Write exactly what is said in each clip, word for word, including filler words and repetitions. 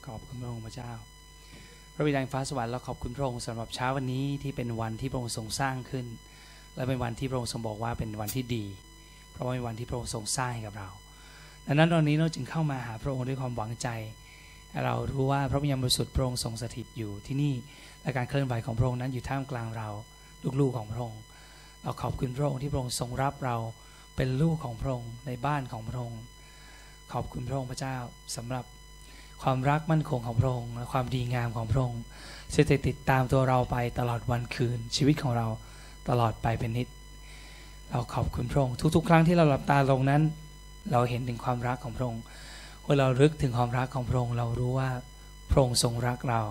ขอบคุณพระองค์พระเจ้าพระบิดาแห่งฟ้าสวรรค์เราขอบคุณพระองค์สำหรับเช้าวันนี้ที่เป็นวันที่พระองค์ทรงสร้างขึ้นและเป็นวันที่พระองค์ทรงบอกว่าเป็นวันที่ดีเพราะว่าเป็นวันที่พระองค์ทรงสร้างให้กับเราดังนั้นตอนนี้เราจึงเข้ามาหาพระองค์ด้วยความหวังใจเรารู้ว่าพระวิญญาณบริสุทธิ์พระองค์ทรงสถิตอยู่ที่นี่และการเคลื่อนไหวของพระองค์นั้นอยู่ท่ามกลางเราลูกๆของพระองค์เราขอบคุณพระองค์ที่พระองค์ทรงรับเราเป็นลูกของพระองค์ในบ้านของพระองค์ขอบคุณพระองค์พระเจ้าสำหรับความรักมั่นคงของพระองค์และความดีงามของพระองค์จะติดตามตัวเราไปตลอดวันคืนชีวิตของเราตลอดไปเป็นนิจเราขอบคุณพระองค์ทุกๆครั้งที่เราหลับตาลงนั้นเราเห็นถึงความรักของพระองค์เมื่อเราลึกถึงความรักของพระองค์เรารู้ว่าพระองค์ทรงรักเรา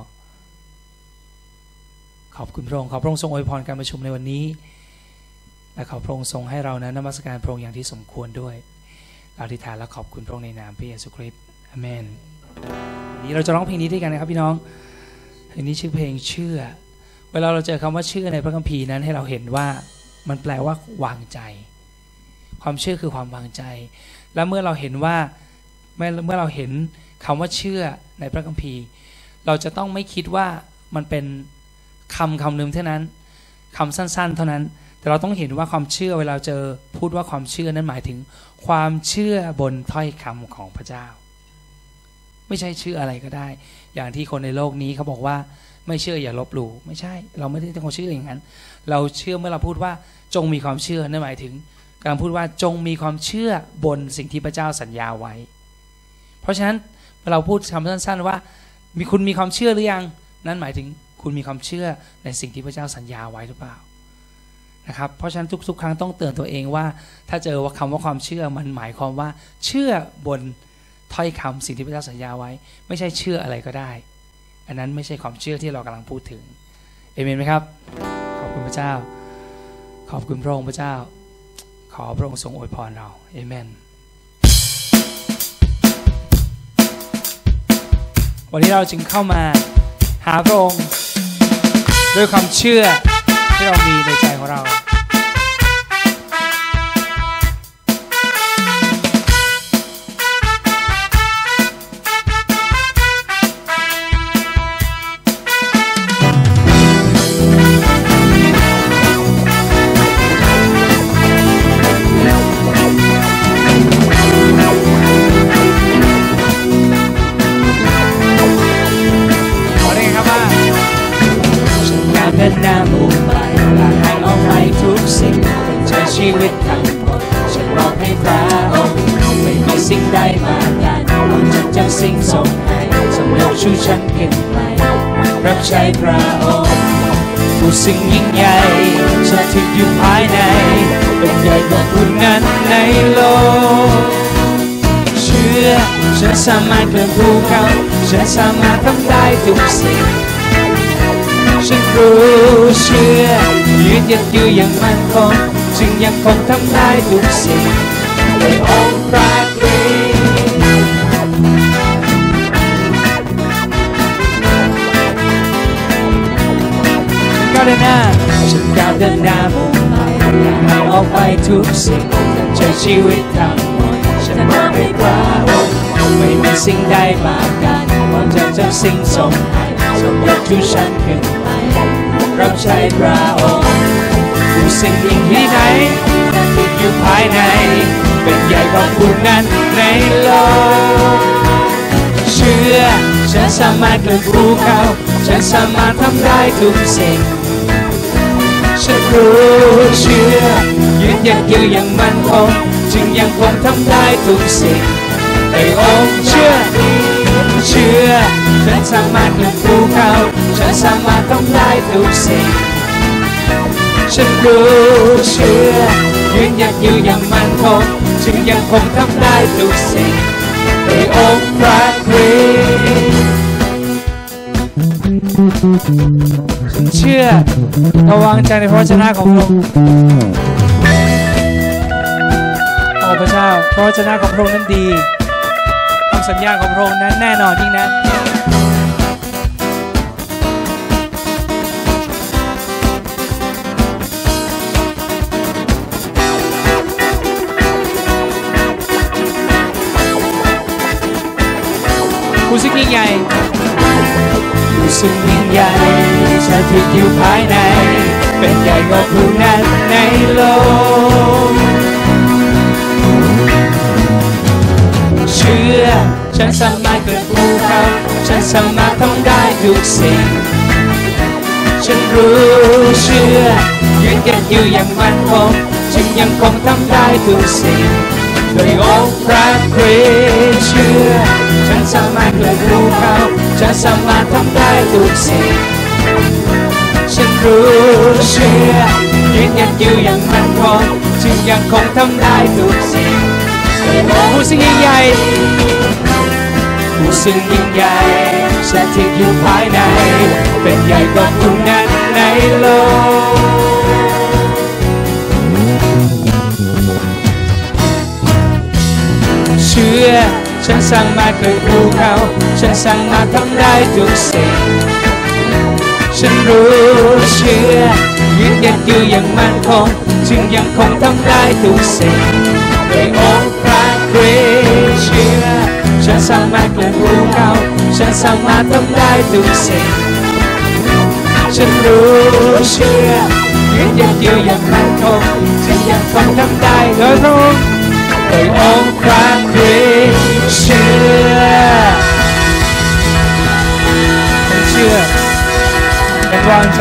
ขอบคุณพระองค์ขอพระองค์ทรงอวยพรการประชุมในวันนี้และขอพระองค์ทรงให้เรานั้นนมัสการพระองค์อย่างที่สมควรด้วยเราอธิษฐานและขอบคุณพระองค์ในนามพระเยซูคริสต์อาเมนวันนี้เราจะร้องเพลงนี้ด้วยกันนะครับพี่น้องเพลงนี้ชื่อเพลงเชื่อเวลาเราเจอคำว่าเชื่อในพระคัมภีร์นั้นให้เราเห็นว่ามันแปลว่าวางใจความเชื่อคือความวางใจและเมื่อเราเห็นว่าเมื่อเราเห็นคำว่าเชื่อในพระคัมภีร์เราจะต้องไม่คิดว่ามันเป็นคำคำหนึ่งเท่านั้นคำสั้นๆเท่านั้นแต่เราต้องเห็นว่าความเชื่อเวลาเจอพูดว่าความเชื่อนั้นหมายถึงความเชื่อบนถ้อยคำของพระเจ้าไม่ใช่เชื่ออะไรก็ได้อย่างที่คนในโลกนี้เขาบอกว่าไม่เชื่ออย่าลบหลู่ไม่ใช่เราไม่ได้ต้องเชื่ออย่างนั้นเราเชื่อเมื่อเราพูดว่าจงมีความเชื่อนั่นหมายถึงการพูดว่าจงมีความเชื่อบนสิ่งที่พระเจ้าสัญญาไว้เพราะฉะนั้นเราพูดคำสั้นๆว่ามีคุณมีความเชื่อหรือยังนั่นหมายถึงคุณมีความเชื่อในสิ่งที่พระเจ้าสัญญาไว้หรือเปล่านะครับเพราะฉะนั้นทุกๆครั้งต้องเตือนตัวเองว่าถ้าเจอว่าคำว่าความเชื่อมันหมายความว่าเชื่อบนถ้อยคำสิ่งที่พระเจ้าสัญญาไว้ไม่ใช่เชื่ออะไรก็ได้อันนั้นไม่ใช่ความเชื่อที่เรากำลังพูดถึงเอเมนไหมครับขอบคุณพระเจ้าขอบคุณพระองค์พระเจ้าขอพระองค์ทรงอวยพรเราเอเมนวันนี้เราจึงเข้ามาหาพระองค์ด้วยความเชื่อที่เรามีในใจของเราชีวิตทั้งหมดฉันมอบให้พระองค์ไม่มีสิ่งใดมากันฉันจะสิ่งส่งให้สมยกชูฉันขึ้นไปรับใช้พระองค์ผู้สิ่งยิ่งใหญ่สถิตอยู่ภายในเป็นใหญ่กว่าผู้นั้นในโลกเชื่อฉันสามารถเคลื่อนภูเขาฉันสามารถทำได้ทุกสิ่งฉันรู้เชื่อยืนหยัดอยู่อย่างมั่นคงจึงยังคงทำได้ทุกสิ่งในองค์พระคริสต์ก้าวเดินหน้าฉันก้าวเดินหน้ามุ่งไปอย่าให้ออกไปทุกสิ่งใช้ชีวิตทั้งหมดฉันมอบให้พระองค์ไม่มีสิ่งใดมากันว่าจะจะสิ่งส่งให้สมยกชูฉันขึ้นไปรับใช้พระองค์ผู้สิ่งยิ่งที่ไหนติดอยู่ภายในเป็นใหญ่กว่าผู้นั้นในโลกเชื่อฉันสามารถเคลื่อนภูเขาฉันสามารถทำได้ทุกสิ่งฉันรู้เชื่อยืนหยัดอยู่อย่างมั่นคงจึงยังคงทำได้ทุกสิ่งในองค์เชื่อเชื่อฉันสามารถเคลื่อนภูเขาฉันสามารถทำได้ทุกสิ่งฉันรู้เชื่อยืนหยัดอยู่อย่างมั่นคงจึงยังคงทำได้ทุกสิ่งในองค์พระคริสต์ฉันเชื่อและวางใจในพระวจนะของพระองค์โอ้พระเจ้าพระวจนะของพระองค์นั้นดีคำสัญญาของพระองค์นั้นแน่นอนยิ่งนักผู้ซึ่งยิ่งใหญ่ผู้ซึ่งยิ่งใหญ่สถิตอยู่ภายในเป็นใหญ่กว่าผู้นั้นในโลกเชื่อฉันสามารถเกิดภูเขาฉันสามารถทำได้ทุกสิ่งฉันรู้เชื่อยืนหยัดอยู่อย่างมั่นคงฉันยังคงทำได้ทุกสิ่งโดยองค์พระคริสต์เชื่อฉันสามารถเกิดภูเขาฉันสามารถทำได้ทุกสิ่งฉันรู้เชื่อยืนหยัดอยู่อย่างมั่นคงฉันยังคงทำได้ทุกสิ่งผู้ซึ่งยิ่งใหญ่ผู้ซึ่งยิ่งใหญ่สถิตอยู่ภายในเป็นใหญ่กว่าผู้นั้นในโลกเชื่อฉันสามารถเกิดภูเขาฉันสามารถทำได้ทุกสิ่งฉันรู้เชื่อยืนหยัดอยู่อย่างมั่นคงจึงยังคงทำได้ทุกสิ่งโดยองค์พระคริสต์เชื่อฉันสามารถเกิดภูเขาฉันสามารถทำได้ทุกสิ่งฉันรู้เชื่อยืนหยัดอยู่อย่างมั่นคงจึงยังคงทำได้โดยพระองค์โดยองค์พระคริสต์เชื่อเชื่อเป็นวางใจ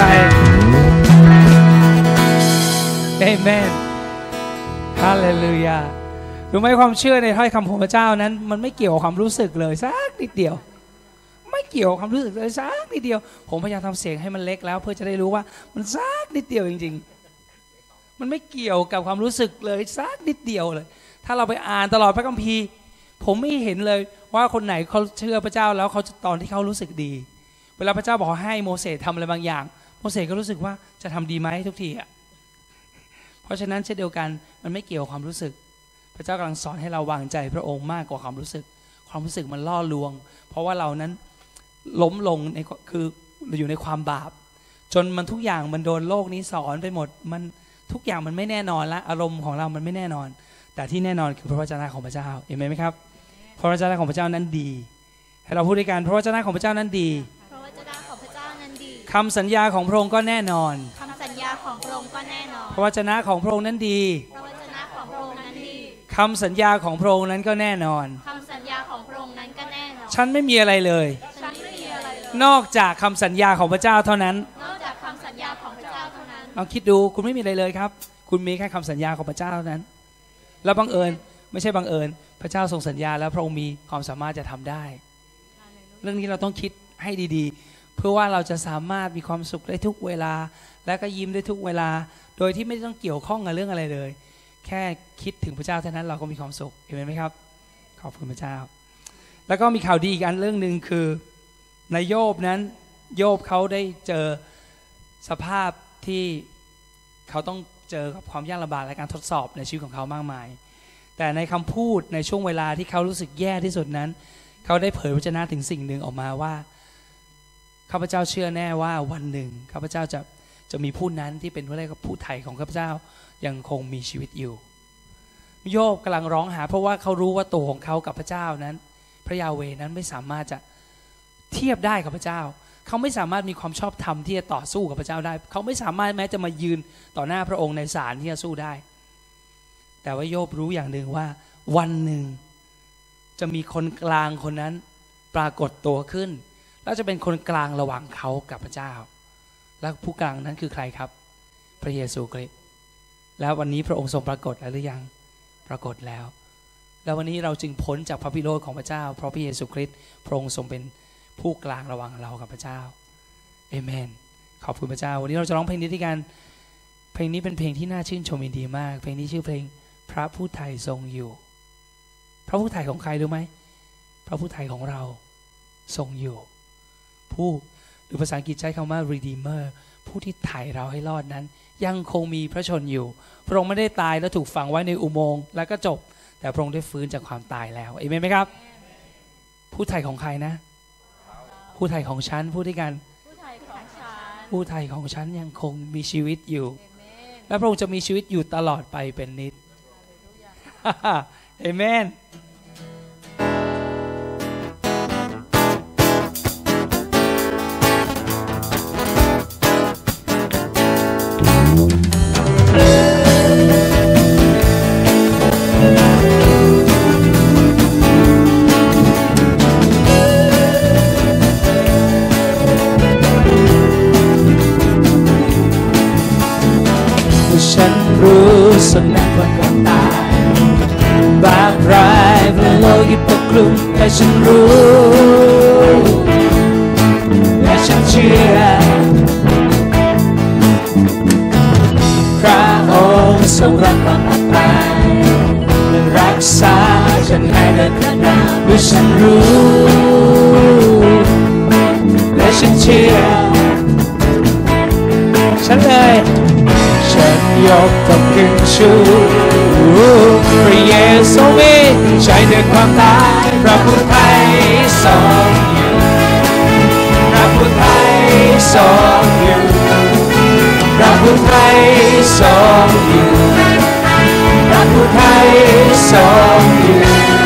เอเมนฮาเลลูยารู้ไหมความเชื่อในถ้อยคำของพระเจ้านั้นมันไม่เกี่ยวกับความรู้สึกเลยสักนิดเดียวไม่เกี่ยวกับความรู้สึกเลยสักนิดเดียวผมพยายามทำเสียงให้มันเล็กแล้วเพื่อจะได้รู้ว่ามันสักนิดเดียวจริงๆมันไม่เกี่ยวกับความรู้สึกเลยสักนิดเดียวเลยถ้าเราไปอ่านตลอดพระคัมภีร์ผมไม่เห็นเลยว่าคนไหนเขาเชื่อพระเจ้าแล้วเขาตอนที่เขารู้สึกดีเวลาพระเจ้าบอกให้โมเสสทำอะไรบางอย่างโมเสสก็รู้สึกว่าจะทำดีไหมทุกทีอ่ะเพราะฉะนั้นเช่นเดียวกันมันไม่เกี่ยวกับความรู้สึกพระเจ้ากำลังสอนให้เราวางใจพระองค์มากกว่าความรู้สึกความรู้สึกมันล่อลวงเพราะว่าเรานั้นล้มลงในคืออยู่ในความบาปจนมันทุกอย่างมันโดนโลกนี้สอนไปหมดมันทุกอย่างมันไม่แน่นอนละอารมณ์ของเรามันไม่แน่นอนแต่ที่แน่นอนคือพระวจนะของพระเจ้าเห็นไหมครับพระวจนะของพระเจ้านั้นดีให้เราพูดด้วยกันพระวจนะของพระเจ้านั้นดีพระวจนะของพระเจ้านั้นดีคำสัญญาของพระองค์ก็แน่นอนคำสัญญาของพระองค์ก็แน่นอนพระวจนะของพระองค์นั้นดีพระวจนะของพระองค์นั้นดีคำสัญญาของพระองค์นั้นก็แน่นอนคำสัญญาของพระองค์นั้นก็แน่นอนฉันไม่มีอะไรเลยฉันไม่มีอะไรเลยนอกจากคำสัญญาของพระเจ้าเท่านั้นนอกจากคำสัญญาของพระเจ้าเท่านั้นลองคิดดูคุณไม่มีอะไรเลยครับคุณมีแค่คำสัญญาของพระเจ้าเท่านั้นแล้วบังเอิญไม่ใช่บังเอิญพระเจ้าทรงสัญญาแล้วพระองค์มีความสามารถจะทำได้เรื่องนี้เราต้องคิดให้ดีๆเพื่อว่าเราจะสามารถมีความสุขได้ทุกเวลาและก็ยิ้มได้ทุกเวลาโดยที่ไม่ต้องเกี่ยวข้องกับเรื่องอะไรเลยแค่คิดถึงพระเจ้าเท่านั้นเราก็มีความสุขเห็นไหมครับขอบคุณพระเจ้าแล้วก็มีข่าวดีอีกอันเรื่องหนึ่งคือในโยบนั้นโยบเขาได้เจอสภาพที่เขาต้องเจอกับความยากลำบากและการทดสอบในชีวิตของเขามากมายแต่ในคำพูดในช่วงเวลาที่เขารู้สึกแย่ที่สุดนั้นเขาได้เผยพระวจนะถึงสิ่งหนึ่งออกมาว่าข้าพเจ้าเชื่อแน่ว่าวันหนึ่งข้าพเจ้าจะจะมีผู้นั้นที่เป็นผู้เรียกว่าผู้ไถ่ของข้าพเจ้ายังคงมีชีวิตอยู่โยบกำลังร้องหาเพราะว่าเขารู้ว่าตัวของเขากับพระเจ้านั้นพระยาเวห์นั้นไม่สามารถจะเทียบได้กับพระเจ้าเขาไม่สามารถมีความชอบธรรมที่จะต่อสู้กับพระเจ้าได้เขาไม่สามารถแม้จะมายืนต่อหน้าพระองค์ในศาลที่จะสู้ได้แต่ว่าโยบรู้อย่างหนึ่งว่าวันหนึ่งจะมีคนกลางคนนั้นปรากฏตัวขึ้นแล้วจะเป็นคนกลางระหว่างเขากับพระเจ้าและผู้กลางนั้นคือใครครับพระเยซูคริสต์แล้ววันนี้พระองค์ทรงปรากฏแล้วหรือยังปรากฏแล้วแล้ววันนี้เราจึงพ้นจากพระพิโรธของพระเจ้าเพราะพระเยซูคริสต์พระองค์ทรงเป็นผู้กลางระหว่างเรากับพระเจ้าเอเมนขอบคุณพระเจ้าวันนี้เราจะร้องเพลงนี้ด้วยกันเพลงนี้เป็นเพลงที่น่าชื่นชมยินดีมากเพลงนี้ชื่อเพลงพระผู้ไถ่ทรงอยู่พระผู้ไถ่ของใครรู้ไหมพระผู้ไถ่ของเราทรงอยู่ผู้หรือภาษาอังกฤษใช้คำว่า redeemer ผู้ที่ไถ่เราให้รอดนั้นยังคงมีพระชนอยู่พระองค์ไม่ได้ตายแล้วถูกฝังไว้ในอุโมงค์แล้วก็จบแต่พระองค์ได้ฟื้นจากความตายแล้วเอเมนไหมครับผู้ไถ่ของใครนะผู้ไถ่ของฉันพูดด้วยกันผู้ไถ่ของฉันผู้ไถ่ของฉันยังคงมีชีวิตอยู่และพระองค์จะมีชีวิตอยู่ตลอดไปเป็นนิจเอเมนลุมและฉันรู้และฉันเชื่อพระองค์ทรงรับความอับอายและรักษาฉันให้เดินข้างหน้าด้วยฉันรู้และฉันเชื่อฉันเลยฉันยกตบขึ้นชูพระเยซูมีใช้ด้วยความตายพระผู้ไทยทรงอยู่พระผู้ไทยทรงอยู่พระผู้ไทยทรงอยู่พระผู้ไทยทรงอยู่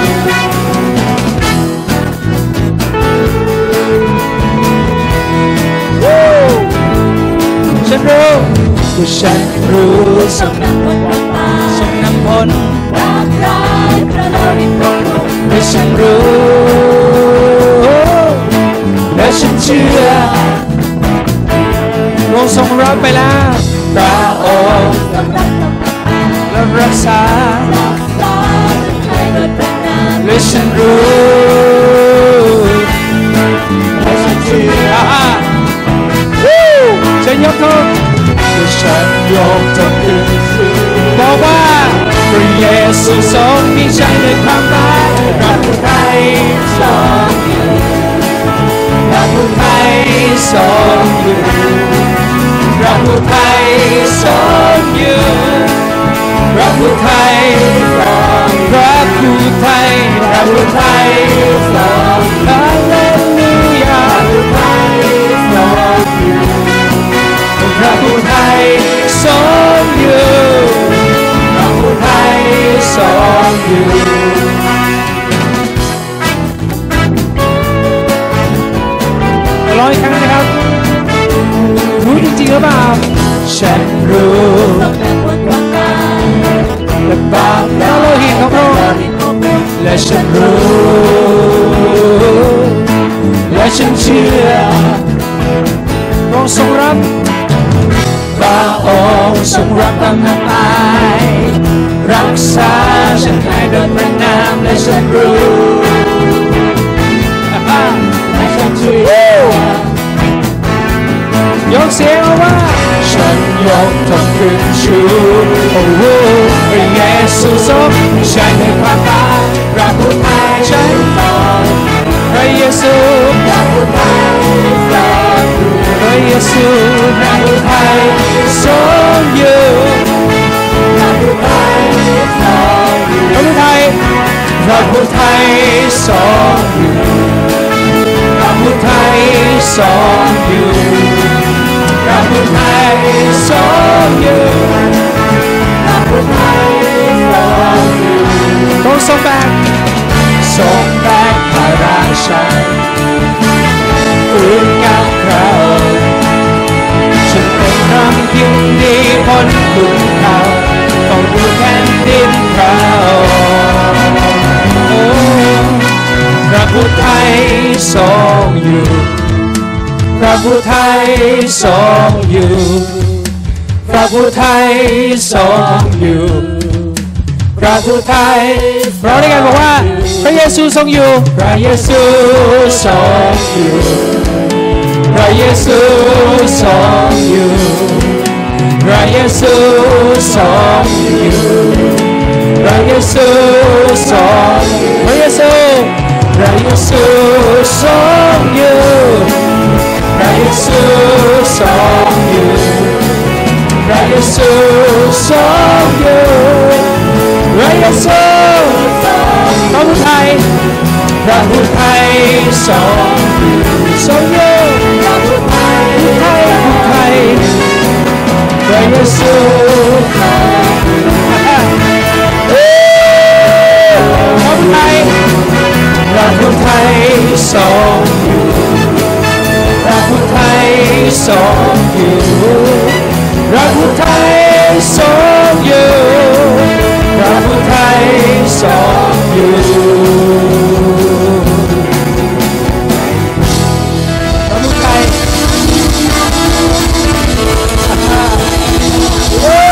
ฉันรู้ว่าฉันรู้ทรงนำพ้นทรงนำพ้นรักร้ายพระโลหิตของพระองค์และฉันรู้และฉันเชื่อพระองค์ทรงรับไปแล้วพระองค์และรักษาและฉันรู้และฉันเชื่อฉันยกโทษฉันยกโทษขึ้นสูงบอกว่าพระเยซูทรงมีชัยในความตายพระผู้ไทยทรงอยู่พระผู้ไทยทรงอยู่พระผู้ไทยทรงอยู่พระผู้ไทยทรงพระผู้ไทยพระผู้ไทยทรงฮาเลลูยาพระผู้ไทยทรงอยู่พระผู้ไทยทรงอยู่พระผู้ไทยทรงอยู่ร้อยครั้งนะครับรู้จริงๆหรือเปล่าฉันรู้และบาปและโลหิตของพระองค์และฉันรู้และฉันเชื่อพระองค์ทรงรับพระองค์ทรงรับความอับอายรักษาฉันให้เดินพระนามและฉันรู้และฉันเชื่อยกเสียงว่าฉันยกทงขึ้นชูโอ้โหพระเยซูทรงใช้ในความตายพระผู้ไทยใช้พระเยซูพระผู้ไทยพระเยซูพระผู้ไทยทรงอยู่พระผู้ไทยทรงอยู่พระผู้ไทยพระผู้ไทยทรงอยู่พระผู้ไทยทรงอยู่พระผู้ไทยทรงอยู่พระผู้ไทยทรงอยู่ต้องทรงแบกทรงแบกพระราชาฟื้นกับเราฉันเป็นคำยินดีพ้นคุณเขาต้องดูแผ่นดินเราพระผู้ไทยทรงอยู่พระผู้ไทยทรงอยู่พระผู้ไทยทรงอยู่พระผู้ไทยเราได้กันบอกว่าพระเยซูทรงอยู่พระเยซูทรงอยู่พระเยซูทรงอยู่พระเยซูทรงอยู่พระเยซูทรงพระเยซูพระเยซูทรงอยู่พระเยซูทรงอยู่พระเยซูทรงอยู่พระเยซูพระผู้ไทยพระผู้ไทยทรงอยู่ทรงอยู่พระผู้ไทยผู้ไทยผู้ไทยพระเยซูพระผู้ไทยพระผู้ไทยทรงอยู่พระผู้ไทยทรงอยู่พระผู้ไทยทรงอยู่พระผู้ไทยทรงอยู่พระผู้ไทยโอ้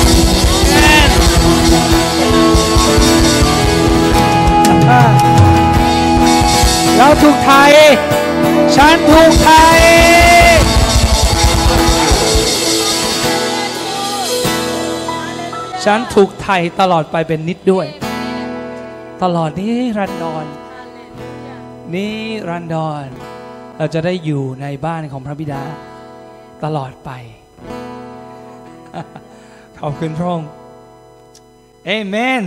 แมนฉันถูกไถ่ฉันถูกไถ่ตลอดไปเป็นนิจด้วยตลอดนี้รันดรนี้รันดรเราจะได้อยู่ในบ้านของพระบิดาตลอดไปขอบคุณพระองค์เอเมน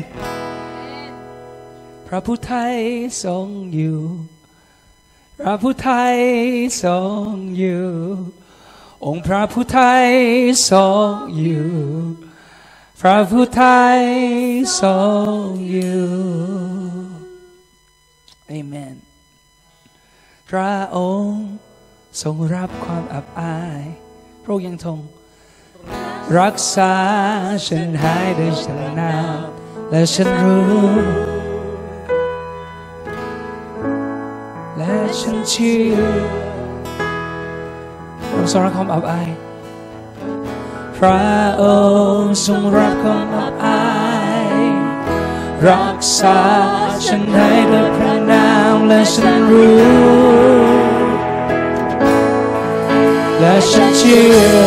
พระผู้ไทยทรงอยู่พระผู้ไทยทรงอยู่องค์พระผู้ไทยทรงอยู่พระผู้ไทยทรงอยู่เอเมนพระองค์ทรงรับความอับอายพระองค์ยังทรงรักษาฉันหายด้วยฉันนาและฉันรู้และฉันเชื่อพระองค์ทรงรับความอับอายพระองค์ทรงรับความอับอายรักษาฉันให้ด้วยพระนามและฉันรู้และฉันเชื่อ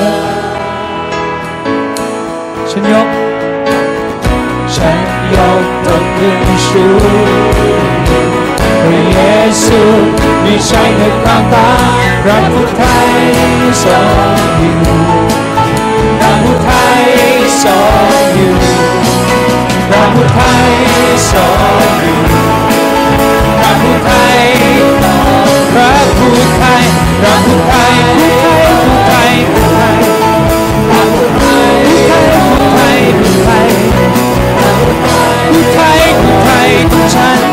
ฉันยกฉันยกตนขึ้นชูพระเยซูมีชัยในความตายพระผู้ไทยทรงอยู่พระผู้ไทยทรงอยู่พระผู้ไทยทรงอยู่พระผู้ไทยพระผู้ไทยพระผู้ไทยผู้ไทยผู้ไทยพระผู้ไทยผู้ไทยผู้ไทยผู้ไทยผู้ไทยของฉัน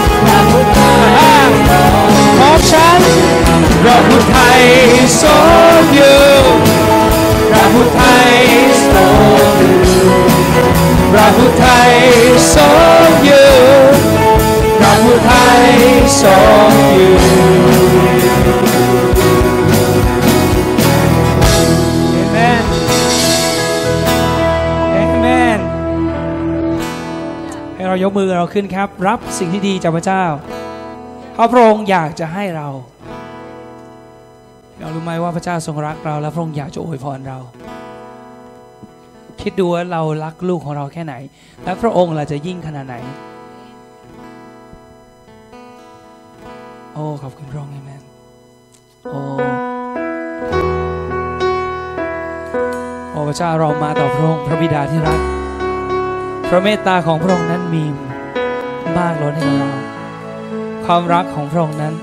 ของฉันพระผู้ไทยทรงอยู่พระผู้ไทยทรงอยู่พระผู้ไทยทรงอยู่พระผู้ไทยทรงอยู่เอเมนเอเมนให้เรายกมือเราขึ้นครับรับสิ่งที่ดีจากพระเจ้าเพราะพระองค์อยากจะให้เราเรารู้ไหมว่าพระเจ้าทรงรักเราและพระองค์อยากจะอวยพรเราคิดดูว่าเรารักลูกของเราแค่ไหนและพระองค์เราจะยิ่งขนาดไหนโอ้ขอบคุณพระองค์อาเมนโอ้โอ้พระเจ้าเรามาต่อพระองค์พระบิดาที่รักพระเมตตาของพระองค์นั้นมีมากล้นให้กับเราความรักของพระองค์นั้น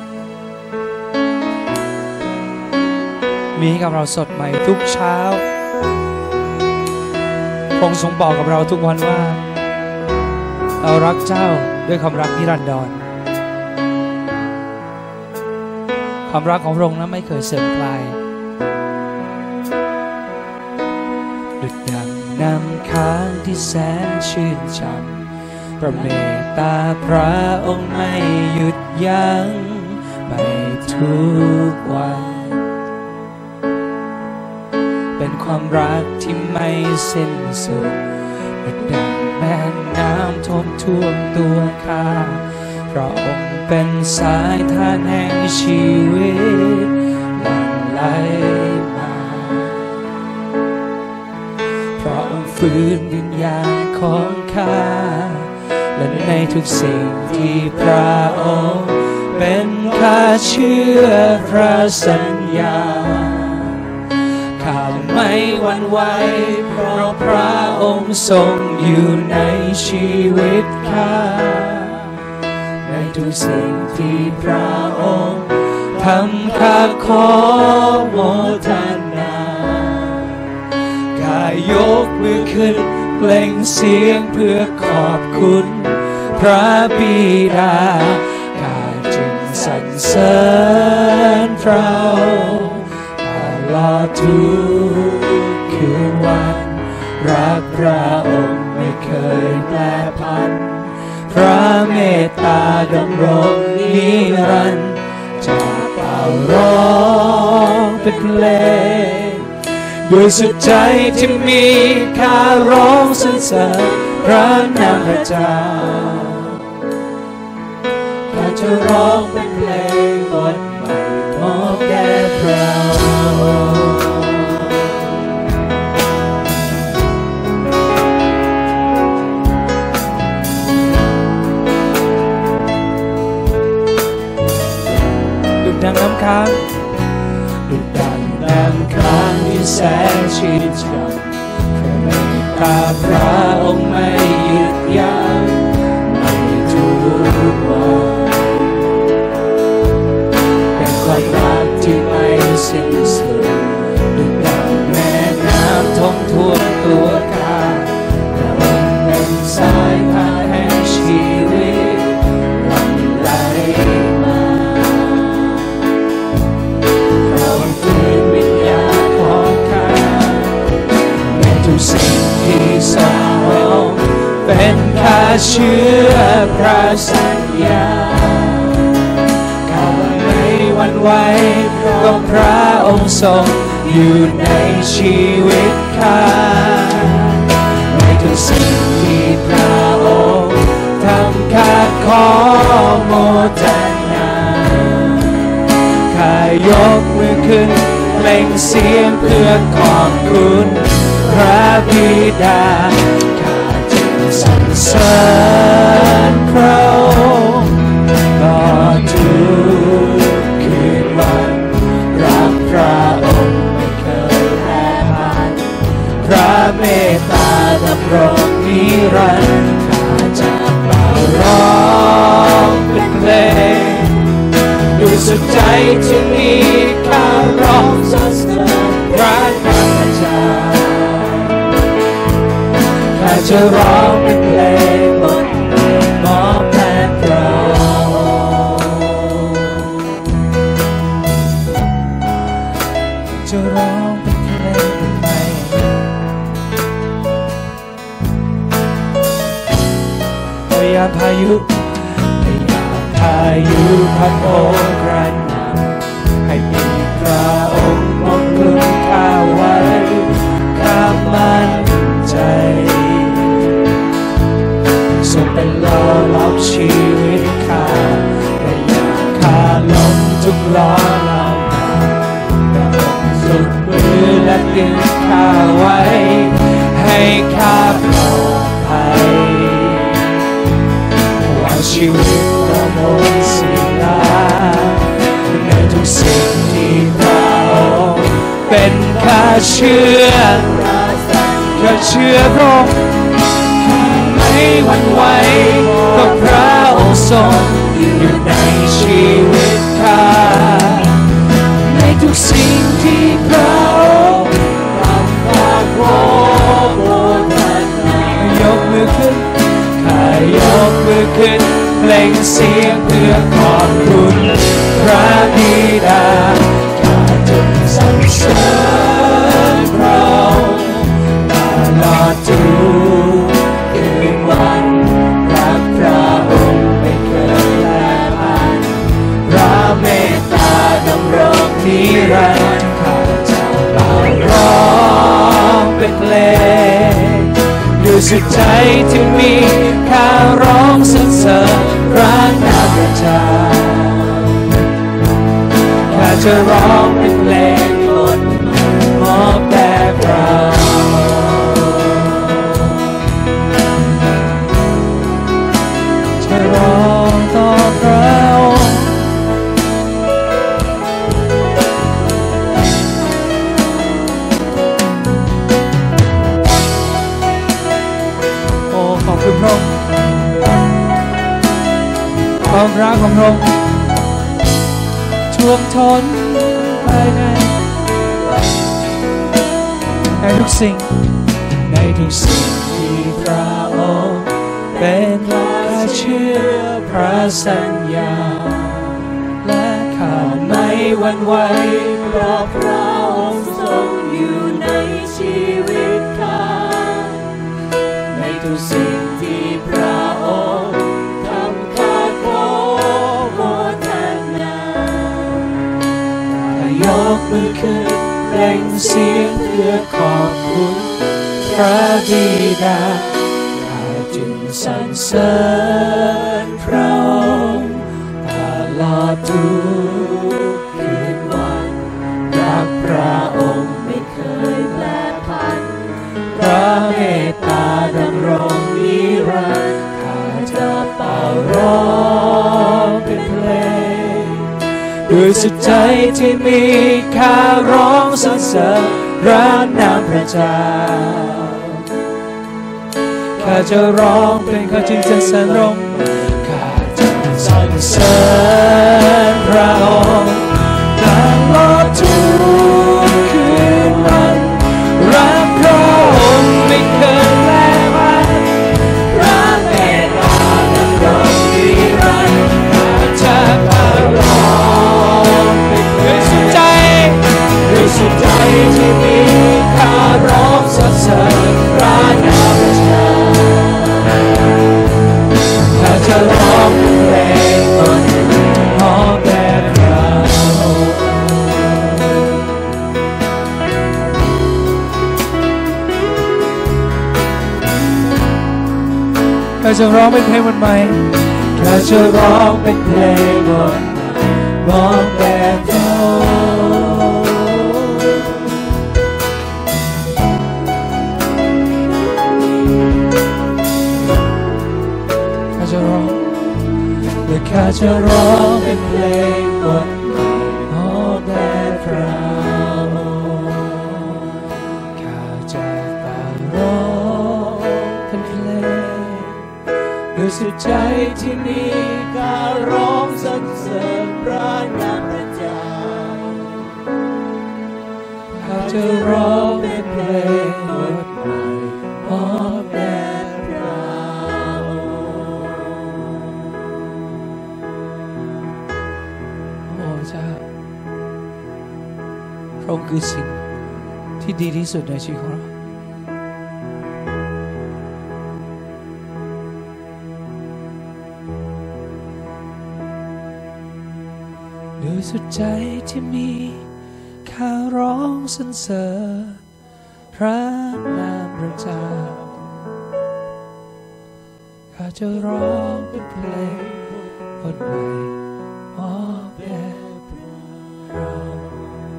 มีให้กับเราสดใหม่ทุกเช้าพระองค์ทรงบอกกับเราทุกวันว่าเรารักเจ้าด้วยความรักนิรันดรความรักของพระองค์นั้นไม่เคยเสื่อมคลายดุจดังน้ำค้างที่แสนชื่นช่ำพระเมตตาพระองค์ไม่หยุดยั้งไม่ทุกวันเป็นความรักที่ไม่สิ้นสุดดุจดังแม่น้ำท่วมท่วมตัวข้าพระองค์เป็นสายทานแห่งชีวิตหลั่งไหลมาพระองค์ฟื้นวิญญาณของข้าและในทุกสิ่งที่พระองค์เป็นข้าเชื่อพระสัญญาข้าไม่หวั่นไหวเพราะพระองค์ทรงอยู่ในชีวิตข้าในทุกสิ่งที่พระองค์ทำข้าขอโมทนาข้ายกมือขึ้นเปล่งเสียงเพื่อขอบคุณพระบิดาข้าจึงสรรเสริญพระองค์ตลอดทุกคืนวันรักพระองค์ไม่เคยแปรผันพระเมตตาดำรงนิรันดร์จะเป่าร้องเป็นเพลงด้วยสุดใจที่มีข้าร้องสรรเสริญพระนามพระเจ้าข้าจะร้องเป็นเพลงบทใหม่ของค้างดุจดังน้ำค้างที่แสนชื่นช่ำพระเมตตาพระองค์ไม่หยุดยั้งในทุกวันเป็นความรักที่ไม่สิ้นสุดดุจดังแม่น้ำท่วมท่วมตัวข้าพระองค์เป็นสายพานแห่งชีวิตหลั่งไหลมาพระองค์ฟื้นวิญญาณของข้าในทุกสิ่งที่ทรงไว้เป็นข้าเชื่อพระสัญญาข้าไม่หวั่นไหวก็พระองค์ทรงอยู่ในชีวิตข้าในทุกสิ่งที่พระองค์ทำข้าขอโมทนาข้ายกมือขึ้นเปล่งเสียงเพื่อขอบคุณพระบิดาข้าจะสรรเสริญพระองค์ต่อทุกคืนวันรักพระองค์ไม่เคยแพ้พ่ายพระเมตตาดำรงนิรันดร์ข้าจะเป่าร้องเป็นเพลงด้วยสุดใจที่มีข้าร้องสรรเสริญพระนามเจ้าข้าจะร้องเป็นเพลงบทมอบแด่พระองค์จะร้องเป็นเพลงเป็นไงพยายามพายุพยายามพายุพัดโอบกระหน่ำให้มีพระองค์ปกคลุมข้าไว้ข้ามั่นใจทรงเป็นโลล้อมชีวิตข้าพยายามข้าล้มทุกล้อเราพระองค์สุดมือและดึงข้าไว้ให้ข้าปลอดภัยวางชีวิตเราบนศิลาในทุกสิ่งที่พระองค์เป็นข้าเชื่อข้าเชื่อพระองค์ไม่หวั่นไหวก็พระองค์ทรงอยู่ในชีวิตข้าในทุกสิ่งที่พระองค์ทำข้าขอโปรดทนายกมือขึ้นข้ายกมือขึ้นเปล่งเสียงเพื่อขอบคุณพระบิดาข้าจะสรรเสริญพระองค์ตลอดทุกคืนวันรักพระองค์ไม่เคยแลผ่านพระเมตตาดำรงนิรันดร์ข้าจะเป่าร้องเป็นเพลงด้วยสุดใจที่มีข้าร้องสรรเสริญพระนามพระเจ้าข้าจะร้องเป็นเพลงบทมอบแด่พระจะร้องต่อพระองค์โอ้ขอบคุณพระองค์ความรักของพระองค์ท่วมท้นภายในในทุกสิ่งในทุกสิ่งที่พระองค์เป็นข้าเชื่อพระสัญญาและข้าไม่หวั่นไหวเพราะพระองค์ทรงอยู่ในชีวิตข้าในทุกสิ่งที่พระองค์ทำข้าขอโมทนา ยกมือขึ้นเปล่งเสียงเพื่อขอบคุณพระบิดาข้าจึงสรรเสริญพระองค์ตลอดทุกคืนวันรักพระองค์ไม่เคยแปรผันพระเมตตาดำรงนิรันดร์ข้าจะเป่าร้องเป็นเพลงด้วยสุดใจที่มีข้าร้องสรรเสริญพระนามพระเจ้าข้าจะร้องเพลงข้าจึงจะสรรร้องข้าจะสรรเสริญพระองค์ตลอดทุกคืนวันรักพระองค์ไม่เคยแลวันรักแน่นอนดำรงนิรันดร์ข้าจะร้องด้วยสุดใจด้วยสุดใจที่มีข้าร้องสรรเสริญพระนามพระเจ้าข้าจะร้องเพลงบนหอแด่พระองค์ข้าจะร้องเป็นเพลงบนใหม่ข้าจะร้องเป็นเพลงบนร้องแด่พระองค์ข้าจะร้องและข้าจะร้องเป็นเพลงบนร้องแด่พระองค์ข้าจะร้องเป็นเพลงด้วยสุดใจที่มีข้าร้องสรรเสริญพระนามพระเจ้าข้าจะร้องเป็นเพลงบทใหม่ขอแด่พระองค์โอ้เจ้าพระองค์คือสิ่งที่ดีที่สุดในชีวิตของเราด้วยสุดใจที่มีข้าร้องสรรเสริญพระนามพระเจ้าข้าจะร้องเป็นเพลงบทใหม่มอบแด่พระองค์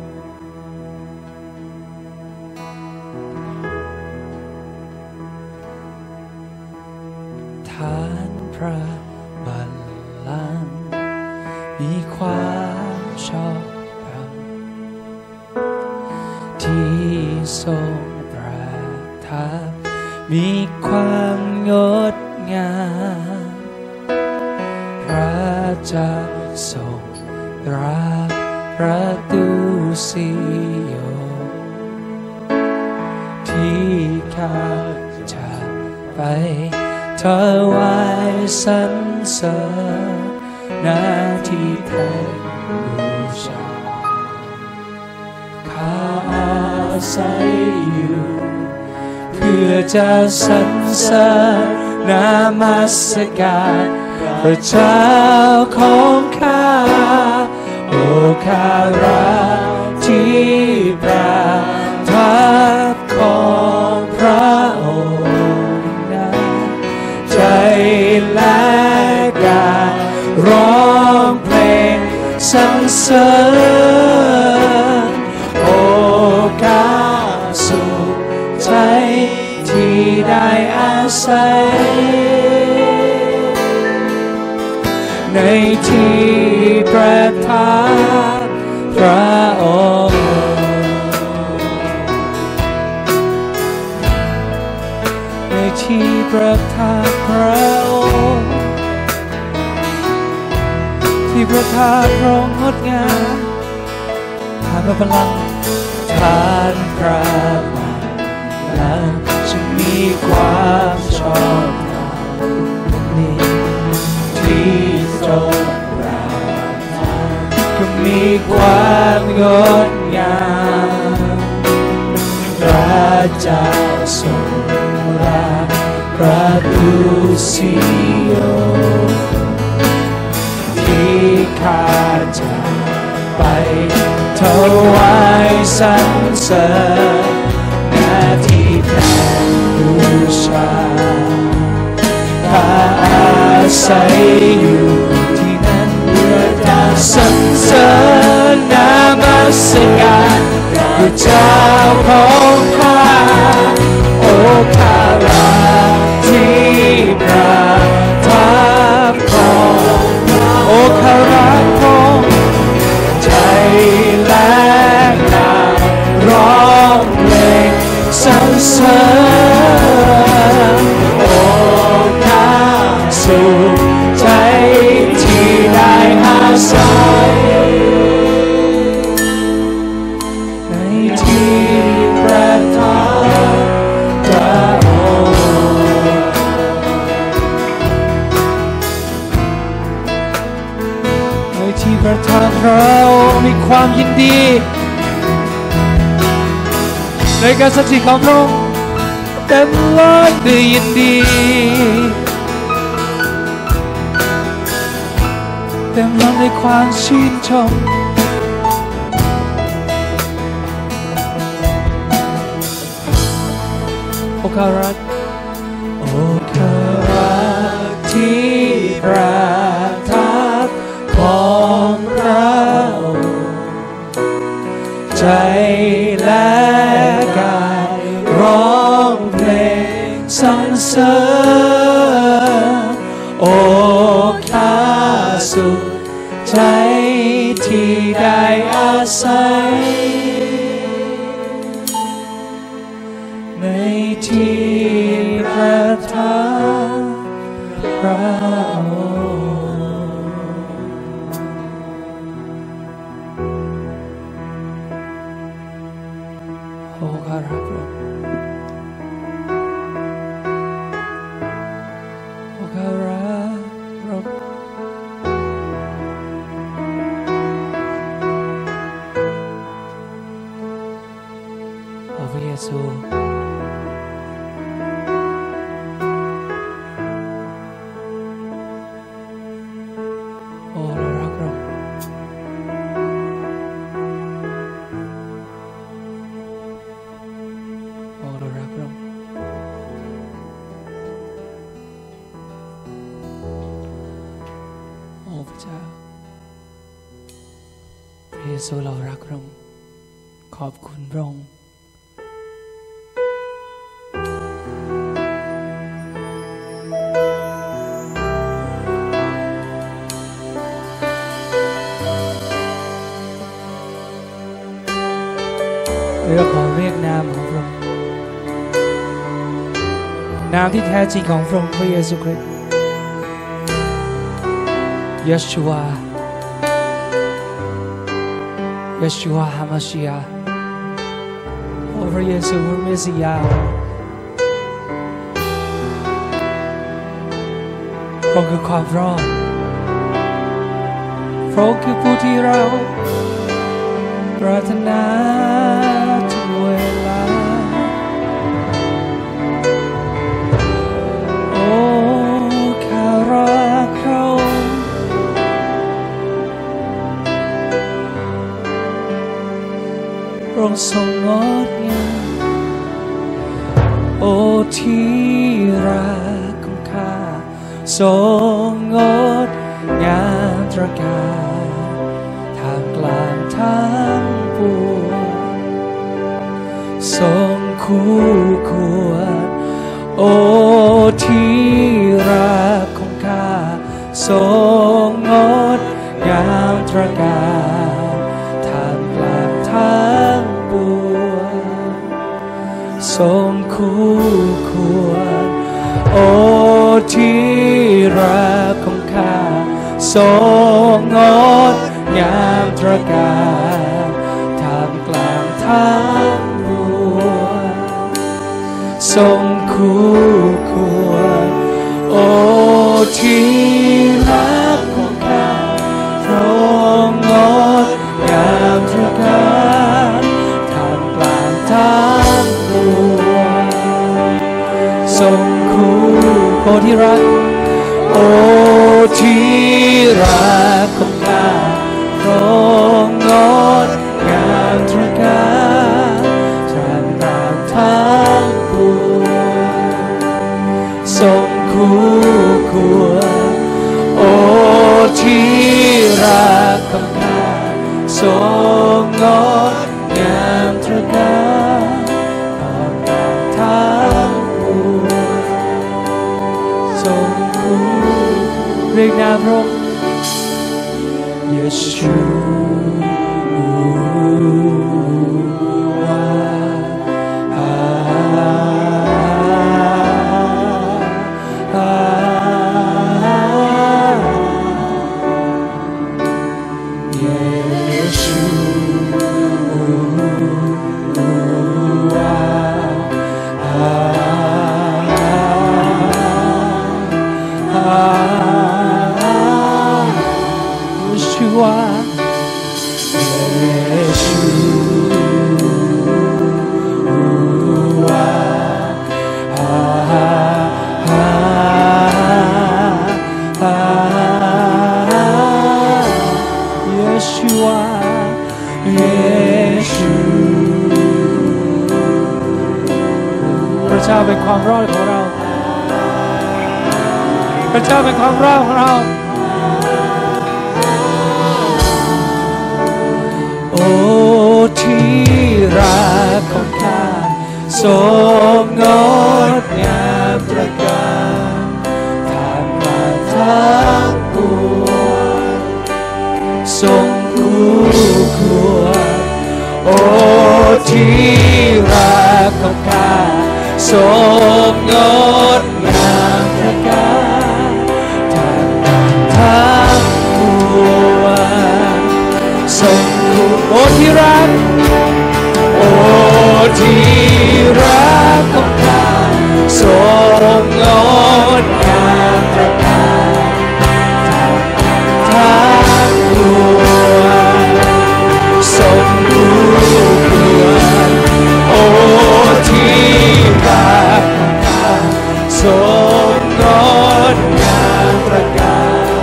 ฐานพระบัลลังก์มีความชอบธรรมที่ทรงประทับมีความงดงามพระเจ้าทรงรักประตูซิโยนที่ข้าจะไปถวายสรรเสริญหน้าที่แทนบูชาข้าอาศัยอยู่เพื่อจะสรรเสริญนมัสการพระเจ้าของข้าโอ้ข้ารักที่ประทับของพระองค์นั้นใจและกายร้องเพลงสรรเสริญโอ้ข้าสุขใจที่ได้อาศัยในที่ประทับพระองค์ในที่ประทับพระองค์ที่ประทับพระองค์งดงามฐานพระบัลลังก์ฐานพระบัลลังก์จะมีความชอบธรรมนี้ที่ทรงประทับก็มีความงดงามพระเจ้าทรงรักประตูซิโยนที่ข้าจะไปถวายสรรเสริญหน้าที่แทนบูชาข้าอาศัยอยู่ที่นั้นเพื่อจะสรรเสริญนมัสการพระเจ้าของข้าโอ้ข้ารักที่ประทับของโอ้ข้ารักของใจความยินดีในการสถิตของพระองค์เต็มล้นด้วยยินดีเต็มล้นด้วยความชื่นชมโอ้ข้ารักโอ้ข้ารักที่ประทับของเราใจและกายร้องเพลงสรรเสริญโอ้ข้าสุขใจที่ได้อาศัยในที่ประทับพระโอ้ข้ารักพระองค์โอ้ข้ารักพระองค์โอ้พระเยซูโอ้เรารักพระองค์โอ้เรารักพระองค์โอ้พระเจ้าพระเยซูเรารักพระองค์ขอบคุณพระองค์เราขอเรียกนามของพระองค์นามที่แท้จริงของพระองค์พระเยซูคริสต์เยชูวาเยชูวาฮามาชิยาโอ้พระเยซูพระเมสสิยาพระองค์คือความรอดพระองค์คือผู้ที่เราปรารถนาทุกเวลาโอ้ข้ารักพระองค์พระองค์ทรงงดงามโอ้ที่รักของข้าทรงงดงามตระการท่ามกลางทั้งปวงทรงคู่ควรโอ้ที่รักของข้าทรงงดงามตระการท่ามกลางทั้งปวงทรงคู่ควรโอ้ที่รักของข้าทรงงดงามตระการท่ามกลางทั้งปวงทรงคู่ควรโอ้ที่รักของข้าทรงงดงามตระการท่ามกลางทั้งปวงทรงคู่โอ้ที่รักโอ้ที่รักของข้าทรงงดงามตระการท่ามกลางทั้งปวงทรงคู่ควรโอ้ที่รักของข้าทรงงดงามตระการท่ามกลางทั้งปวงทรงคู่เรียกนามพระองค์เยชูวาอาอาเยชูวาอาอาชูวาเยซูพระเจ้าเป็นความรอดของเราพระเจ้าเป็นความรอดของเราโอ้ที่รักของข้าทรงงดงามตระการท่ามกลางทั้งปวงทรงคู่ควรโอ้ที่รักของข้าทรงงดงามตระการท่ามกลางทั้งปวงทรงคู่โอ้ที่รักโอ้ที่รักของข้าทรงงดงามตระการทั้งปวงทรงคู่ควรโอ้ที่รักของข้าทรงงดงามตระการ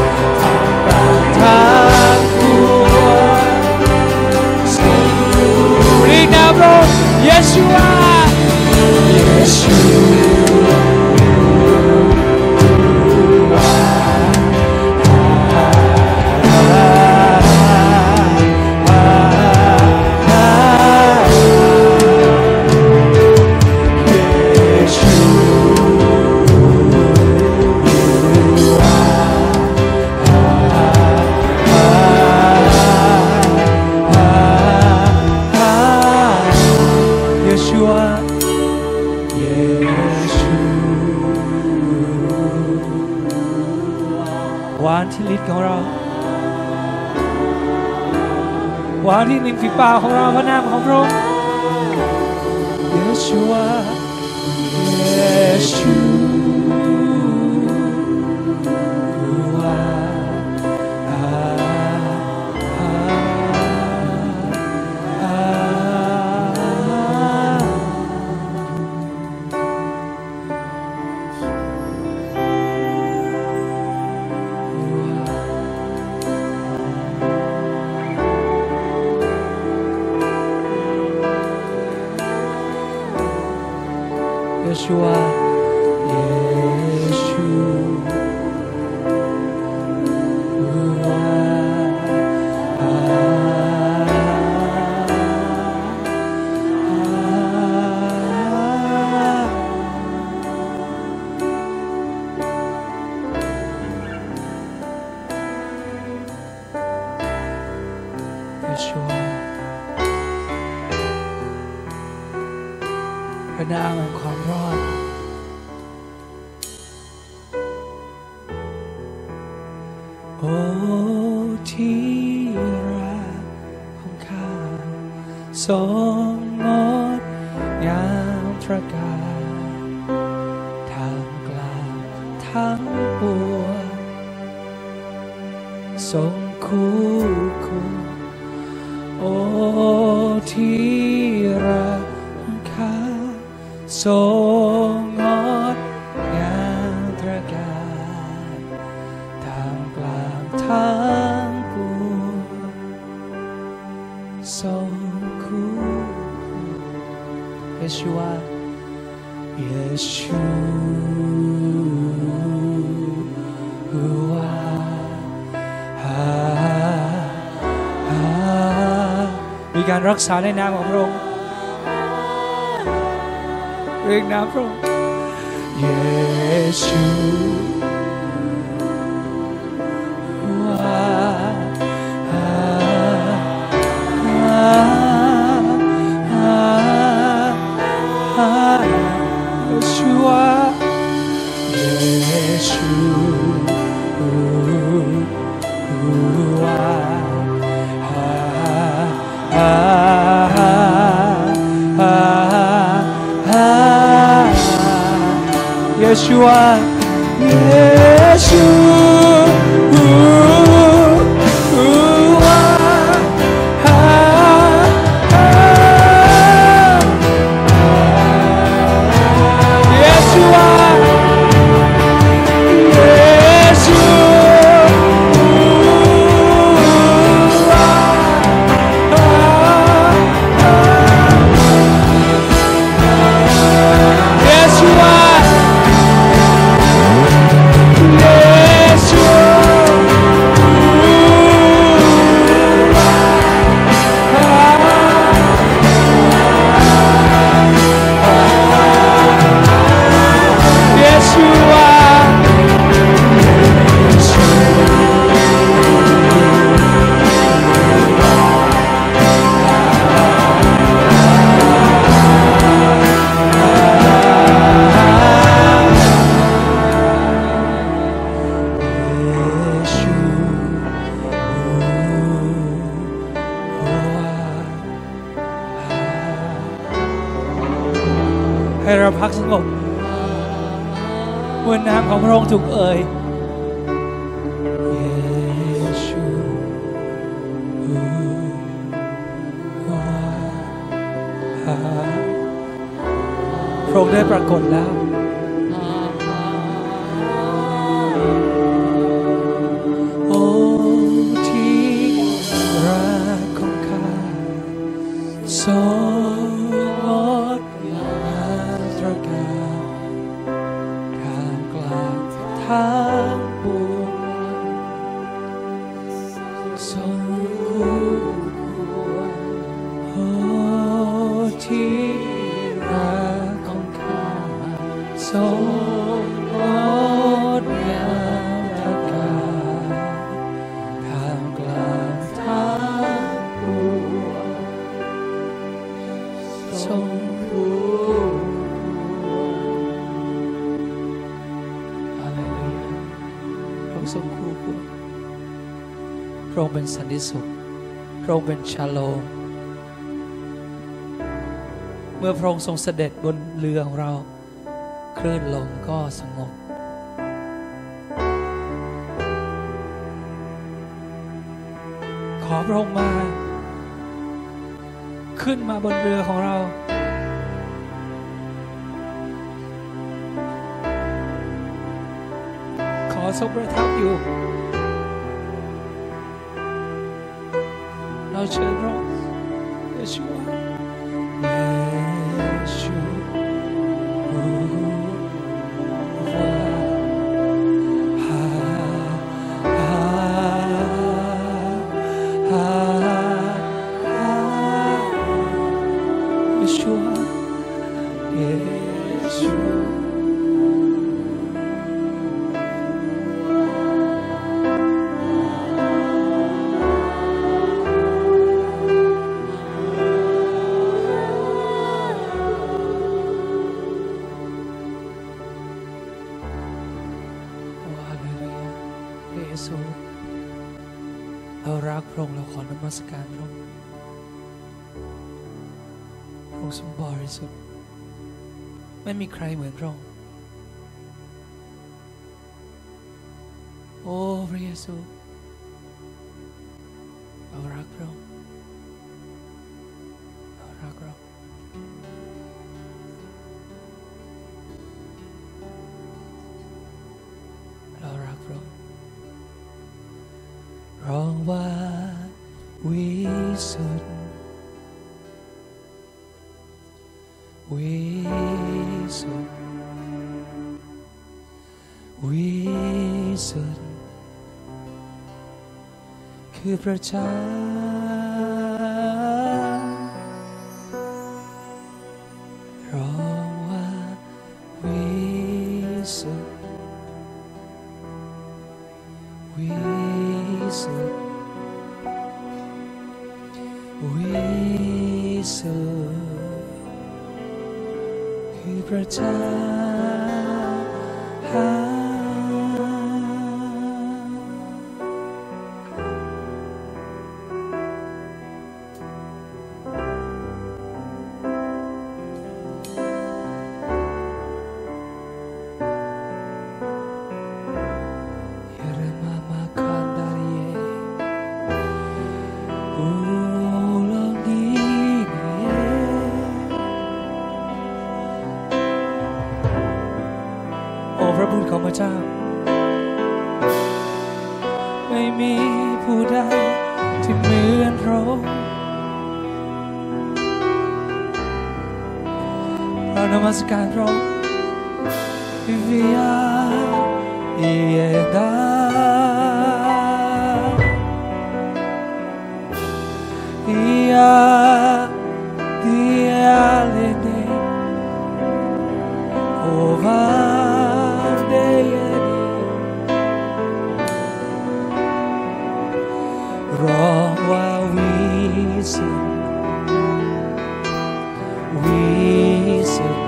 ทั้งปวงเรียกนามพระองค์เยซูอาเยซูหวานที่ลิ้นของเราหวานที่ริมฝีปากของเราพระนามของพระองค์เยซูอาเยซูYeshua, Yeshua.พระนามแห่งความรอดโอ้ที่รักของข้าทรงงดงามตระการท่ามกลางทั้งปวงทรงคู่ควรโอ้ที่รักทรงงดงามตระการท่ามกลางทั้งปวงทรงคู่เยซูอาเยซูอามีการรักษาในนามของพระองค์เรียกนามพระองค์เยซูอาเยซูอาเยซูYeshua, Yeshua, Yeshua, ให้เราพักสงบเมื่อนามของพระองค์ถูกเอ่ยเยซูพระองค์ได้ปรากฏแล้วโอ้ที่รักของข้าทรงงดงามตระการท่ามกลางทางปวงทรงคู่ควรโอ้ที่รักของข้าทรงงดงามตระการท่ามกลางทางปวงทรงคู่อาเลลูยาพระองค์ทรงคู่ควรพระองค์เป็นสันติสุขพระองค์เป็นชาโลมเมื่อพระองค์ทรงเสด็จบนเรือของเราคลื่นลมก็สงบขอพระองค์มาขึ้นมาบนเรือของเราขอทรงประทับอยู่เราเชิญพระองค์เยซูเยซูเรารักพระองค์เราขอนมัสการพระองค์พระองค์ทรงบริสุทธิ์ไม่มีใครเหมือนพระองค์โอ้พระเยซูเรารักพระองค์เรารักพระองค์เรารักพระองค์ร้องว่าวิสุทธิ์วิสุทธิ์วิสุทธิ์คือพระเจ้าร้องว่าวิสุทธิ์วิสุทธิ์วิสุทธิ์คือพระเจ้าพระบุตรของพระเจ้าไม่มีผู้ใดที่เหมือนพระองค์เรานมัสการพระองค์วิญญาณเยดาเยาเยาเลเนโอวาร้องว่าวิสุทธิ์วิสุทธิ์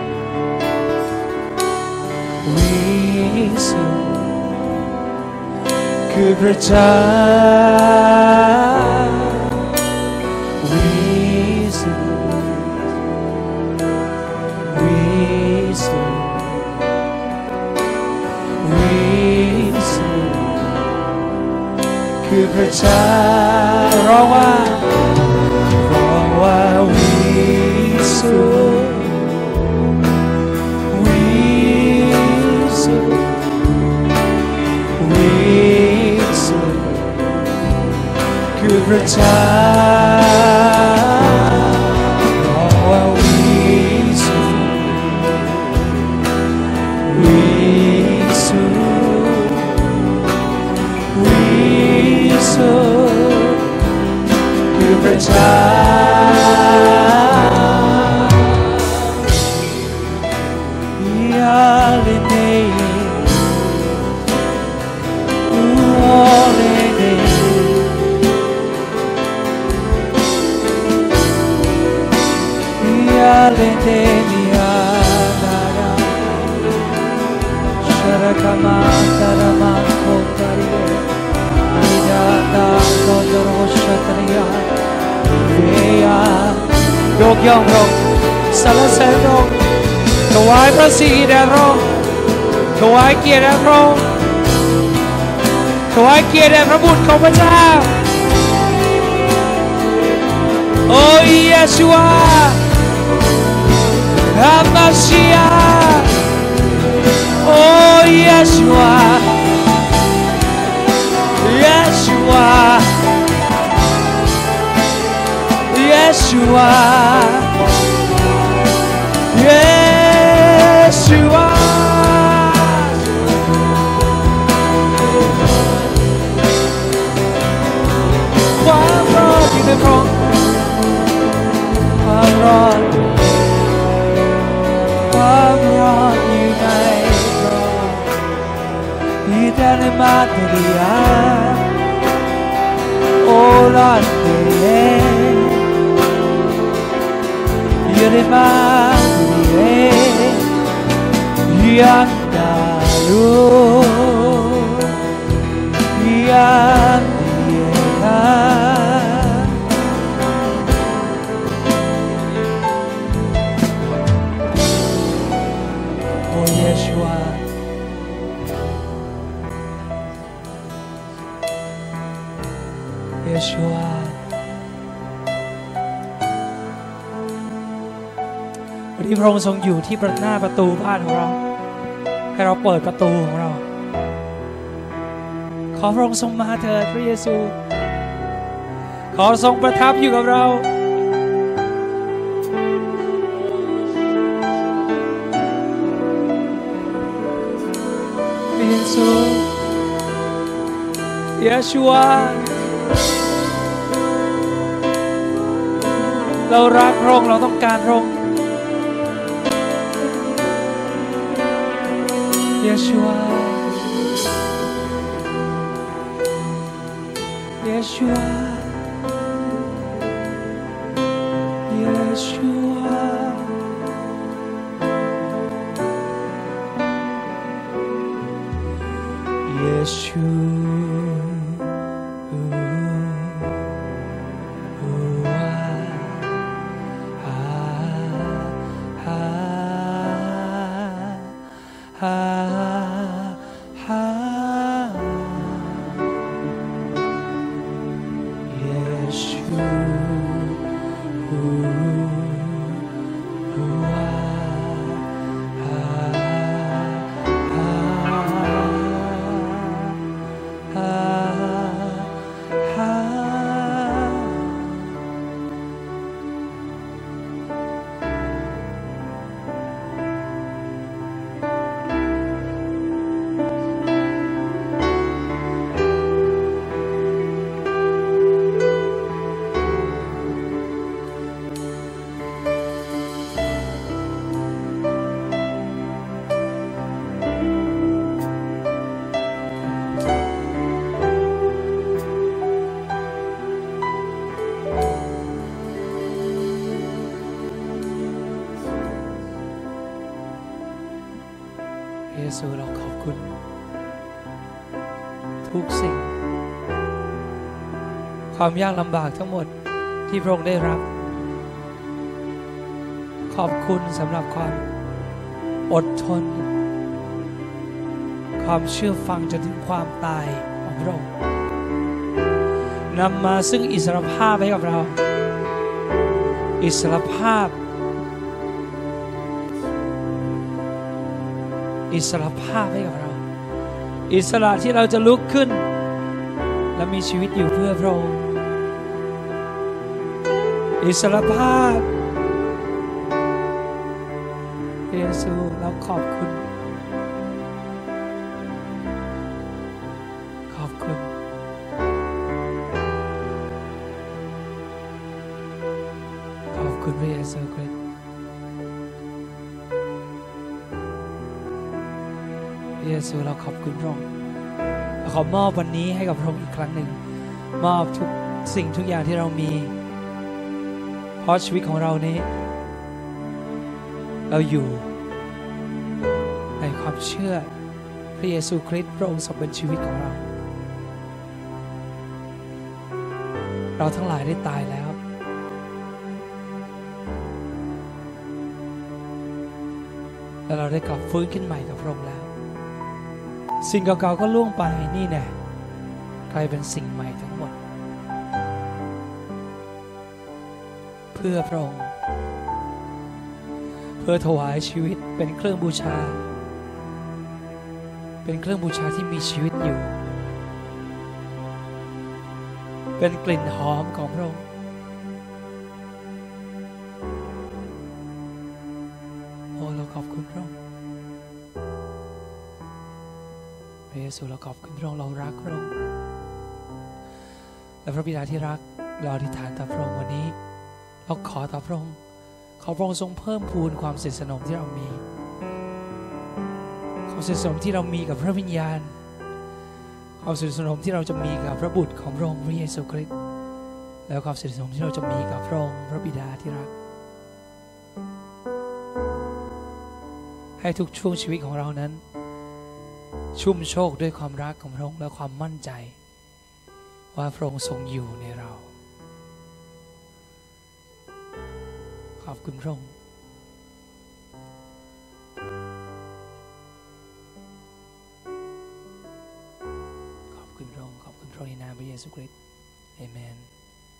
วิสุทธิ์คือพระเจ้าวิสุทธิ์วิคือพระเจ้าร้องว่าร้องว่าวิสุทธิ์วิสุทธิ์วิสุทธิ์คือพระเจ้าร้องว่าวิสุทธิ์วิสุทธิ์วิสุทธิ์คือพระเจ้ายาเลเนโอเลเนยาเลเนมิอานาราชรกามาตารามาโคตาริมิดาตาโนโดโรชตริยาเวียยกย่องพระองค์สรรเสริญพระองค์ถวายพระสิริแด่พระองค์ถวายเกียรติแด่พระองค์ถวายเกียรติแด่พระบุตรของพระเจ้าโอ้เยซูอาอามาชิอาโอ้เยซูอาเยซูอาเยซูอาเยซูอาความรอดอยู่ในพระองค์ความรอดความรอดอยู่ในพระองค์อิตาลีมาเตเรียโอลาเตเรียอิริมาเตเรียยังดาลูยังเดียาโอ้เยซูอาเยซูอาวันนี้พระองค์ทรงอยู่ที่หน้าประตูบ้านของเราให้เราเปิดประตูของเราขอพระองค์ทรงมาเถิดพระเยซูขอทรงประทับอยู่กับเราพระเยซูเยซูอาเรารักพระองค์เราต้องการพระองค์เยซูอาเยซูอาเยซูอาเยซูเยซูเราขอบคุณทุกสิ่งความยากลำบากทั้งหมดที่พระองค์ได้รับขอบคุณสำหรับความอดทนความเชื่อฟังจนถึงความตายของพระองค์นำมาซึ่งอิสรภาพให้กับเราอิสรภาพอิสรภาพให้กับเราอิสระที่เราจะลุกขึ้นและมีชีวิตอยู่เพื่อพระองค์อิสรภาพพระเยซูเราขอบคุณขอบคุณขอบคุณพระเยซูคริสต์พระเยซูเราขอบคุณพระองค์เราขอมอบวันนี้ให้กับพระองค์อีกครั้งหนึ่งมอบทุกสิ่งทุกอย่างที่เรามีเพราะชีวิตของเรานี้เราอยู่ในความเชื่อพระเยซูคริสต์พระองค์ทรงเป็นชีวิตของเราเราทั้งหลายได้ตายแล้วและเราได้กลับฟื้นขึ้นใหม่กับพระองค์แล้วสิ่งเก่าๆก็ล่วงไปนี่แน่กลายเป็นสิ่งใหม่ทั้งหมดเพื่อพระองค์เพื่อถวายชีวิตเป็นเครื่องบูชาเป็นเครื่องบูชาที่มีชีวิตอยู่เป็นกลิ่นหอมของพระองค์โอ้เราขอบคุณพระองค์พระเยซูเราขอบคุณพระองค์เรารักพระองค์และพระบิดาที่รักเราอธิษฐานต่อพระองค์วันนี้เราขอต่อพระองค์ขอพระองค์ทรงเพิ่มพูนความสนิทสนมที่เรามีความสนิทสนมที่เรามีกับพระวิญญาณความสนิทสนมที่เราจะมีกับพระบุตรของพระองค์พระเยซูคริสต์แล้วความสนิทสนมที่เราจะมีกับพระองค์พระบิดาที่รักให้ทุกช่วงชีวิตของเรานั้นชุ่มโชคด้วยความรักของพระองค์และความมั่นใจว่าพระองค์ทรงอยู่ในเราขอบคุณพระองค์ขอบคุณพระองค์ขอบคุณพระองค์ในนามพระเยซูคริสต์อาเมน